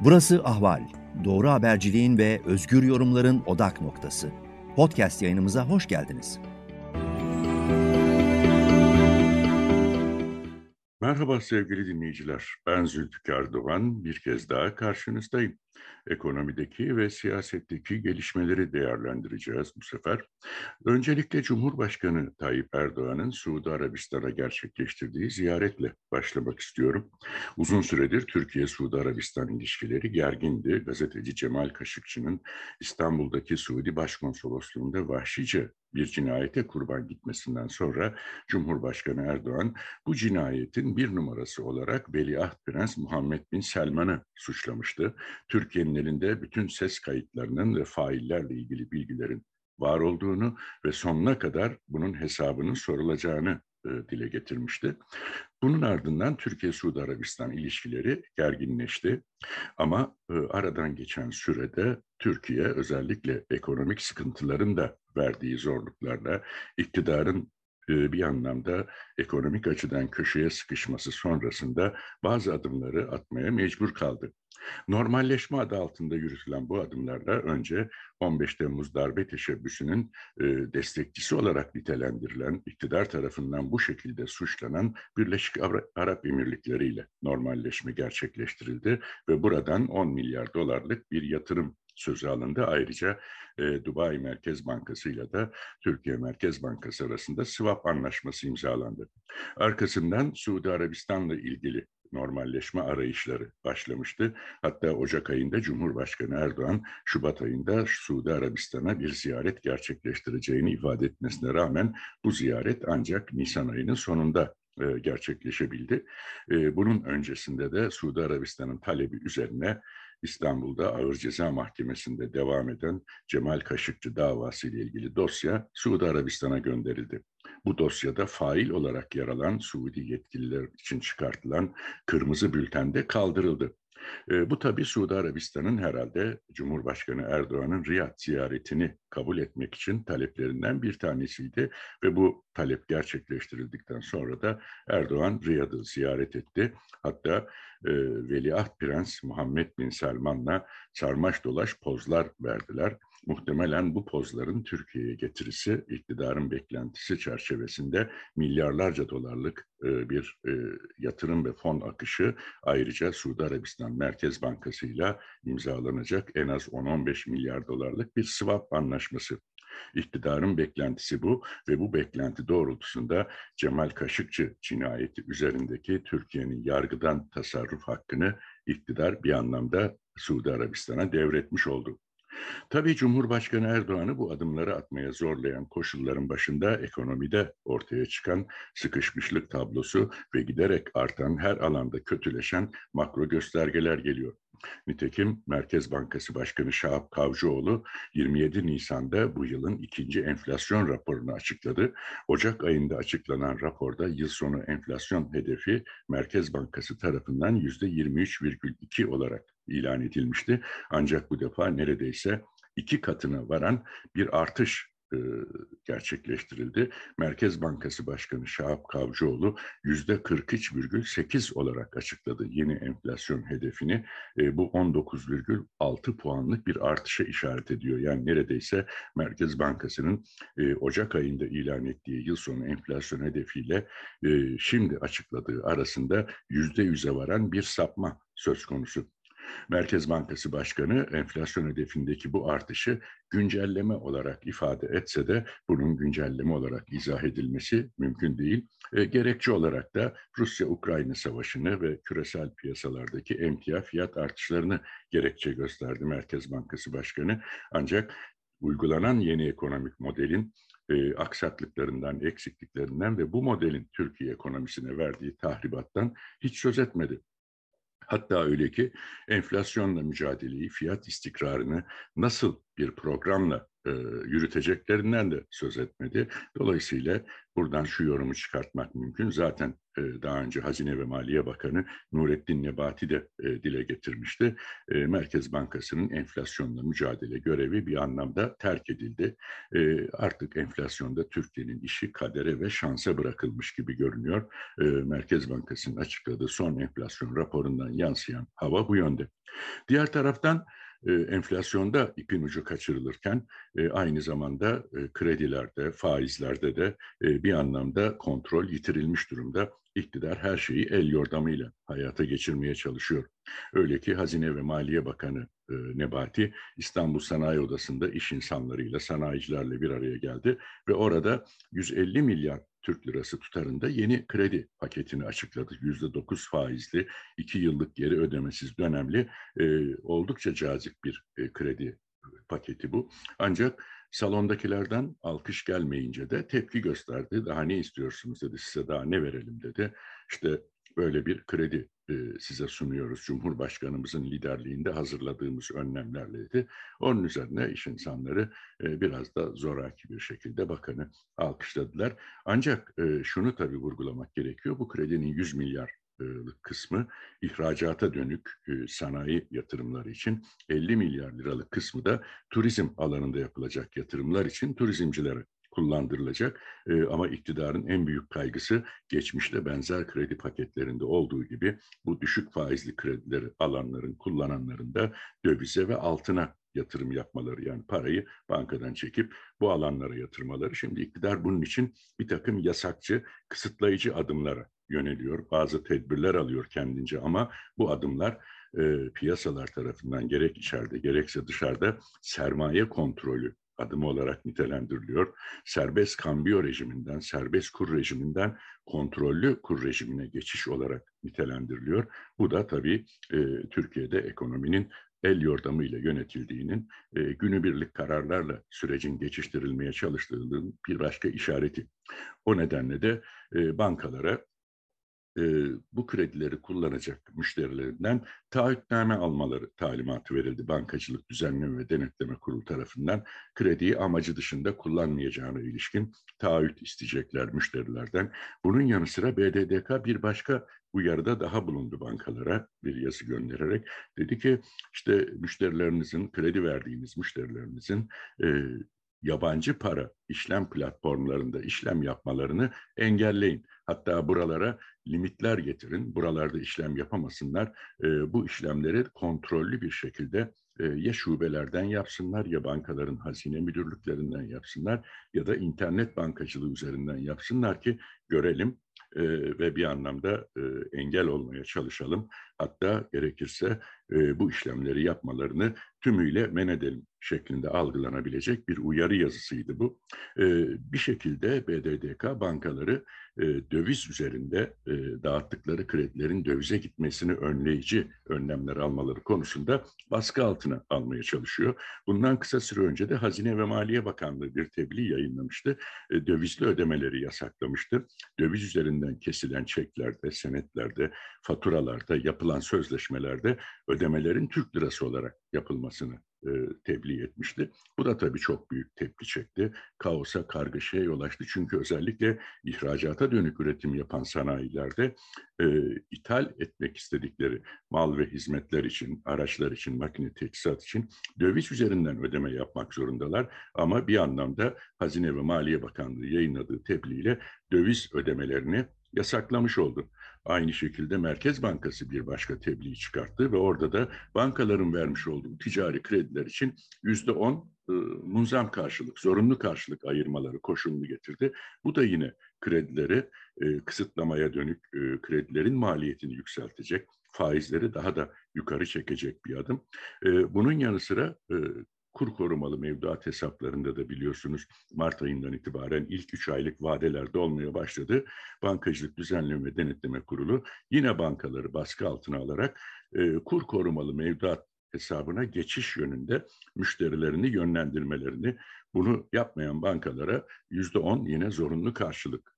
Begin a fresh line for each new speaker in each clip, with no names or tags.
Burası Ahval. Doğru haberciliğin ve özgür yorumların odak noktası. Podcast yayınımıza hoş geldiniz.
Merhaba sevgili dinleyiciler. Ben Zülfikar Doğan. Bir kez daha karşınızdayım. Ekonomideki ve siyasetteki gelişmeleri değerlendireceğiz bu sefer. Öncelikle Cumhurbaşkanı Tayyip Erdoğan'ın Suudi Arabistan'a gerçekleştirdiği ziyaretle başlamak istiyorum. Uzun süredir Türkiye-Suudi Arabistan ilişkileri gergindi. Gazeteci Cemal Kaşıkçı'nın İstanbul'daki Suudi Başkonsolosluğu'nda vahşice bir cinayete kurban gitmesinden sonra Cumhurbaşkanı Erdoğan bu cinayetin bir numarası olarak Veliaht Prens Muhammed Bin Selman'ı suçlamıştı. Türkiye'nin elinde bütün ses kayıtlarının ve faillerle ilgili bilgilerin var olduğunu ve sonuna kadar bunun hesabının sorulacağını dile getirmişti. Bunun ardından Türkiye-Suudi Arabistan ilişkileri gerginleşti. Ama aradan geçen sürede Türkiye özellikle ekonomik sıkıntıların da verdiği zorluklarla iktidarın bir anlamda ekonomik açıdan köşeye sıkışması sonrasında bazı adımları atmaya mecbur kaldı. Normalleşme adı altında yürütülen bu adımlarla önce 15 Temmuz darbe teşebbüsünün destekçisi olarak nitelendirilen, iktidar tarafından bu şekilde suçlanan Birleşik Arap Emirlikleri ile normalleşme gerçekleştirildi ve buradan 10 milyar dolarlık bir yatırım sözü alındı. Ayrıca Dubai Merkez Bankası ile de Türkiye Merkez Bankası arasında swap anlaşması imzalandı. Arkasından Suudi Arabistan'la ilgili normalleşme arayışları başlamıştı. Hatta Ocak ayında Cumhurbaşkanı Erdoğan, Şubat ayında Suudi Arabistan'a bir ziyaret gerçekleştireceğini ifade etmesine rağmen bu ziyaret ancak Nisan ayının sonunda gerçekleşebildi. Bunun öncesinde de Suudi Arabistan'ın talebi üzerine İstanbul'da Ağır Ceza Mahkemesi'nde devam eden Cemal Kaşıkçı davası ile ilgili dosya Suudi Arabistan'a gönderildi. Bu dosyada fail olarak yer alan Suudi yetkililer için çıkartılan kırmızı bülten de kaldırıldı. Bu tabii Suudi Arabistan'ın herhalde Cumhurbaşkanı Erdoğan'ın Riyad ziyaretini kabul etmek için taleplerinden bir tanesiydi ve bu talep gerçekleştirildikten sonra da Erdoğan Riyad'ı ziyaret etti. Hatta Veliaht Prens Muhammed Bin Selman'la sarmaş dolaş pozlar verdiler. Muhtemelen bu pozların Türkiye'ye getirisi iktidarın beklentisi çerçevesinde milyarlarca dolarlık bir yatırım ve fon akışı, ayrıca Suudi Arabistan Merkez Bankası ile imzalanacak en az 10-15 milyar dolarlık bir swap anlaşması. İktidarın beklentisi bu ve bu beklenti doğrultusunda Cemal Kaşıkçı cinayeti üzerindeki Türkiye'nin yargıdan tasarruf hakkını iktidar bir anlamda Suudi Arabistan'a devretmiş oldu. Tabii Cumhurbaşkanı Erdoğan'ı bu adımları atmaya zorlayan koşulların başında ekonomide ortaya çıkan sıkışmışlık tablosu ve giderek artan her alanda kötüleşen makro göstergeler geliyor. Nitekim Merkez Bankası Başkanı Şahap Kavcıoğlu 27 Nisan'da bu yılın ikinci enflasyon raporunu açıkladı. Ocak ayında açıklanan raporda yıl sonu enflasyon hedefi Merkez Bankası tarafından %23,2 olarak ilan edilmişti. Ancak bu defa neredeyse 2 katına varan bir artış gerçekleştirildi. Merkez Bankası Başkanı Şahap Kavcıoğlu %43,8 olarak açıkladı yeni enflasyon hedefini. Bu 19,6 puanlık bir artışa işaret ediyor. Yani neredeyse Merkez Bankası'nın Ocak ayında ilan ettiği yıl sonu enflasyon hedefiyle şimdi açıkladığı arasında %100'e varan bir sapma söz konusu. Merkez Bankası Başkanı enflasyon hedefindeki bu artışı güncelleme olarak ifade etse de bunun güncelleme olarak izah edilmesi mümkün değil. Gerekçe olarak da Rusya-Ukrayna savaşını ve küresel piyasalardaki emtia fiyat artışlarını gerekçe gösterdi Merkez Bankası Başkanı. Ancak uygulanan yeni ekonomik modelin aksaklıklarından, eksikliklerinden ve bu modelin Türkiye ekonomisine verdiği tahribattan hiç söz etmedi. Hatta öyle ki enflasyonla mücadeleyi, fiyat istikrarını nasıl bir programla yürüteceklerinden de söz etmedi. Dolayısıyla buradan şu yorumu çıkartmak mümkün. Zaten daha önce Hazine ve Maliye Bakanı Nurettin Nebati de dile getirmişti. Merkez Bankası'nın enflasyonla mücadele görevi bir anlamda terk edildi. Artık enflasyonda Türkiye'nin işi kadere ve şansa bırakılmış gibi görünüyor. Merkez Bankası'nın açıkladığı son enflasyon raporundan yansıyan hava bu yönde. Diğer taraftan enflasyonda ipin ucu kaçırılırken aynı zamanda kredilerde, faizlerde de bir anlamda kontrol yitirilmiş durumda. İktidar her şeyi el yordamıyla hayata geçirmeye çalışıyor. Öyle ki Hazine ve Maliye Bakanı Nebati İstanbul Sanayi Odası'nda iş insanlarıyla, sanayicilerle bir araya geldi ve orada 150 milyar Türk lirası tutarında yeni kredi paketini açıkladı. %9 faizli, 2 yıllık geri ödemesiz dönemli oldukça cazip bir kredi paketi bu. Ancak salondakilerden alkış gelmeyince de tepki gösterdi. Daha ne istiyorsunuz dedi, size daha ne verelim dedi. İşte böyle bir kredi size sunuyoruz. Cumhurbaşkanımızın liderliğinde hazırladığımız önlemlerle dedi. Onun üzerine iş insanları biraz da zoraki bir şekilde bakanı alkışladılar. Ancak şunu tabii vurgulamak gerekiyor. Bu kredinin 100 milyar kısmı ihracata dönük sanayi yatırımları için, 50 milyar liralık kısmı da turizm alanında yapılacak yatırımlar için turizmcilere kullandırılacak. Ama iktidarın en büyük kaygısı geçmişte benzer kredi paketlerinde olduğu gibi bu düşük faizli kredileri alanların, kullananların da dövize ve altına yatırım yapmaları, yani parayı bankadan çekip bu alanlara yatırmaları. Şimdi iktidar bunun için bir takım yasakçı, kısıtlayıcı adımlara yöneliyor. Bazı tedbirler alıyor kendince ama bu adımlar piyasalar tarafından gerek içeride gerekse dışarıda sermaye kontrolü adımı olarak nitelendiriliyor. Serbest kambiyo rejiminden, serbest kur rejiminden kontrollü kur rejimine geçiş olarak nitelendiriliyor. Bu da tabii Türkiye'de ekonominin el yordamıyla yönetildiğinin, günübirlik kararlarla sürecin geçiştirilmeye çalıştığının bir başka işareti. O nedenle de bankalara bu kredileri kullanacak müşterilerinden taahhütname almaları talimatı verildi. Bankacılık Düzenleme ve Denetleme Kurulu tarafından krediyi amacı dışında kullanmayacağına ilişkin taahhüt isteyecekler müşterilerden. Bunun yanı sıra BDDK bir başka uyarıda daha bulundu bankalara, bir yazı göndererek. Dedi ki işte müşterilerinizin, kredi verdiğiniz müşterilerinizin yabancı para işlem platformlarında işlem yapmalarını engelleyin. Hatta buralara limitler getirin, buralarda işlem yapamasınlar. Bu işlemleri kontrollü bir şekilde ya şubelerden yapsınlar, ya bankaların hazine müdürlüklerinden yapsınlar, ya da internet bankacılığı üzerinden yapsınlar ki görelim ve bir anlamda engel olmaya çalışalım. Hatta gerekirse bu işlemleri yapmalarını tümüyle men edelim şeklinde algılanabilecek bir uyarı yazısıydı bu. Bir şekilde BDDK bankaları döviz üzerinde dağıttıkları kredilerin dövize gitmesini önleyici önlemler almaları konusunda baskı altına almaya çalışıyor. Bundan kısa süre önce de Hazine ve Maliye Bakanlığı bir tebliğ yayınlamıştı. Dövizli ödemeleri yasaklamıştı. Döviz üzerinden kesilen çeklerde, senetlerde, faturalarda, yapılan sözleşmelerde ödemelerin Türk lirası olarak yapılmasını tebliğ etmişti. Bu da tabii çok büyük tepki çekti. Kaosa, kargaşaya yol açtı. Çünkü özellikle ihracata dönük üretim yapan sanayilerde ithal etmek istedikleri mal ve hizmetler için, araçlar için, makine teçhizat için döviz üzerinden ödeme yapmak zorundalar. Ama bir anlamda Hazine ve Maliye Bakanlığı yayınladığı tebliğle döviz ödemelerini yasaklamış oldu. Aynı şekilde Merkez Bankası bir başka tebliğ çıkarttı ve orada da bankaların vermiş olduğu ticari krediler için %10 munzam karşılık, zorunlu karşılık ayırmaları koşulunu getirdi. Bu da yine kredileri kısıtlamaya dönük, kredilerin maliyetini yükseltecek, faizleri daha da yukarı çekecek bir adım. Bunun yanı sıra kur korumalı mevduat hesaplarında da biliyorsunuz Mart ayından itibaren ilk 3 aylık vadelerde olmaya başladı. Bankacılık Düzenleme ve Denetleme Kurulu yine bankaları baskı altına alarak kur korumalı mevduat hesabına geçiş yönünde müşterilerini yönlendirmelerini, bunu yapmayan bankalara %10 yine zorunlu karşılık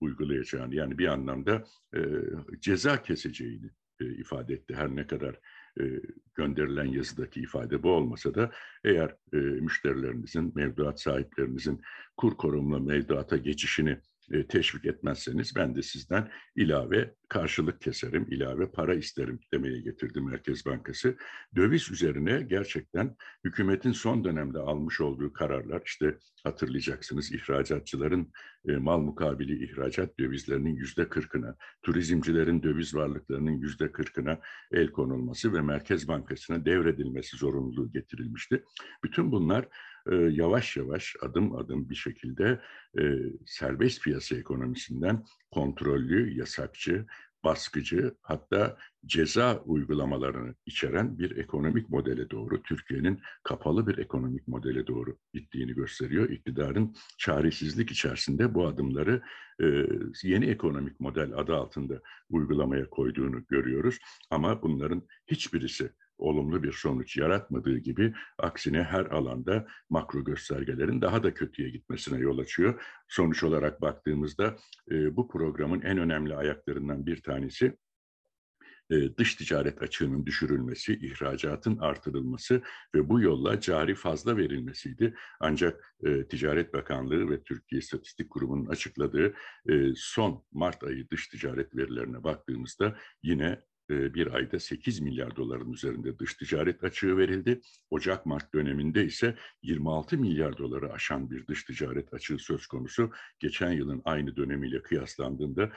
uygulayacağını, yani bir anlamda ceza keseceğini ifade etti. Her ne kadar gönderilen yazıdaki ifade bu olmasa da eğer müşterilerinizin, mevduat sahiplerinizin kur korunma mevduata geçişini teşvik etmezseniz ben de sizden ilave karşılık keserim, ilave para isterim demeye getirdi Merkez Bankası. Döviz üzerine gerçekten hükümetin son dönemde almış olduğu kararlar, işte hatırlayacaksınız ihracatçıların mal mukabili ihracat dövizlerinin %40'ına, turizmcilerin döviz varlıklarının %40'ına el konulması ve Merkez Bankası'na devredilmesi zorunluluğu getirilmişti. Bütün bunlar yavaş yavaş adım adım bir şekilde serbest piyasa ekonomisinden kontrollü, yasakçı, baskıcı hatta ceza uygulamalarını içeren bir ekonomik modele doğru, Türkiye'nin kapalı bir ekonomik modele doğru gittiğini gösteriyor. İktidarın çaresizlik içerisinde bu adımları yeni ekonomik model adı altında uygulamaya koyduğunu görüyoruz. Ama bunların hiçbirisi olumlu bir sonuç yaratmadığı gibi aksine her alanda makro göstergelerin daha da kötüye gitmesine yol açıyor. Sonuç olarak baktığımızda bu programın en önemli ayaklarından bir tanesi dış ticaret açığının düşürülmesi, ihracatın artırılması ve bu yolla cari fazla verilmesiydi. Ancak Ticaret Bakanlığı ve Türkiye İstatistik Kurumu'nun açıkladığı son Mart ayı dış ticaret verilerine baktığımızda yine bir ayda 8 milyar doların üzerinde dış ticaret açığı verildi. Ocak-Mart döneminde ise 26 milyar doları aşan bir dış ticaret açığı söz konusu. Geçen yılın aynı dönemiyle kıyaslandığında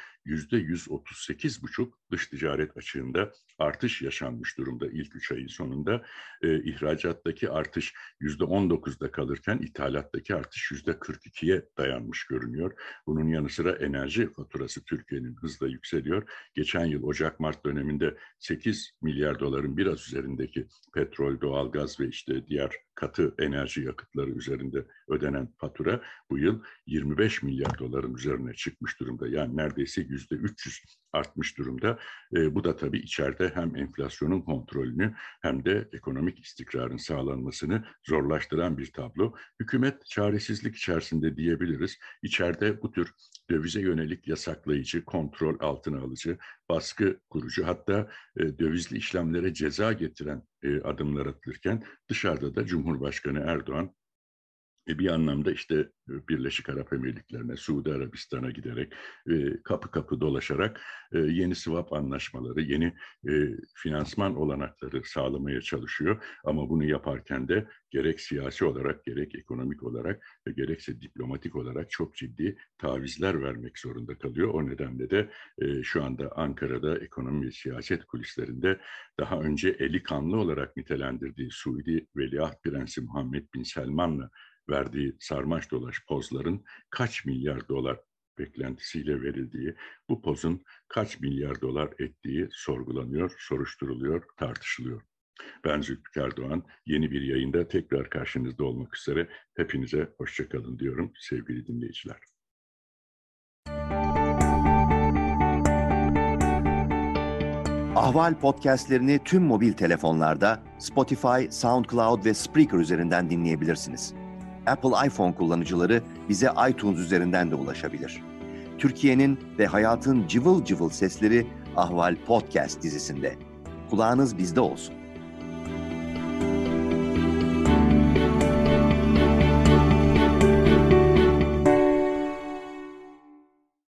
%138,5 dış ticaret açığında artış yaşanmış durumda ilk 3 ayın sonunda. İhracattaki artış %19'da kalırken ithalattaki artış %42'ye dayanmış görünüyor. Bunun yanı sıra enerji faturası Türkiye'nin hızla yükseliyor. Geçen yıl Ocak-Mart döneminde 8 milyar doların biraz üzerindeki petrol, doğalgaz ve işte diğer katı enerji yakıtları üzerinde ödenen fatura bu yıl 25 milyar doların üzerine çıkmış durumda. Yani neredeyse %300 artmış durumda. Bu da tabii içeride hem enflasyonun kontrolünü hem de ekonomik istikrarın sağlanmasını zorlaştıran bir tablo. Hükümet çaresizlik içerisinde diyebiliriz. İçeride bu tür dövize yönelik yasaklayıcı, kontrol altına alıcı, baskı kurucu hatta dövizli işlemlere ceza getiren adımlar atılırken dışarıda da Cumhurbaşkanı Erdoğan bir anlamda işte Birleşik Arap Emirlikleri'ne, Suudi Arabistan'a giderek kapı kapı dolaşarak yeni swap anlaşmaları, yeni finansman olanakları sağlamaya çalışıyor. Ama bunu yaparken de gerek siyasi olarak, gerek ekonomik olarak ve gerekse diplomatik olarak çok ciddi tavizler vermek zorunda kalıyor. O nedenle de şu anda Ankara'da ekonomi ve siyaset kulislerinde daha önce eli kanlı olarak nitelendirdiği Suudi Veliaht Prensi Muhammed Bin Selman'la verdiği sarmaş dolaş pozların kaç milyar dolar beklentisiyle verildiği, bu pozun kaç milyar dolar ettiği sorgulanıyor, soruşturuluyor, tartışılıyor. Ben Zülfikar Doğan, yeni bir yayında tekrar karşınızda olmak üzere. Hepinize hoşça kalın diyorum sevgili dinleyiciler.
Ahval podcastlerini tüm mobil telefonlarda Spotify, SoundCloud ve Spreaker üzerinden dinleyebilirsiniz. Apple iPhone kullanıcıları bize iTunes üzerinden de ulaşabilir. Türkiye'nin ve hayatın cıvıl cıvıl sesleri Ahval Podcast dizisinde. Kulağınız bizde olsun.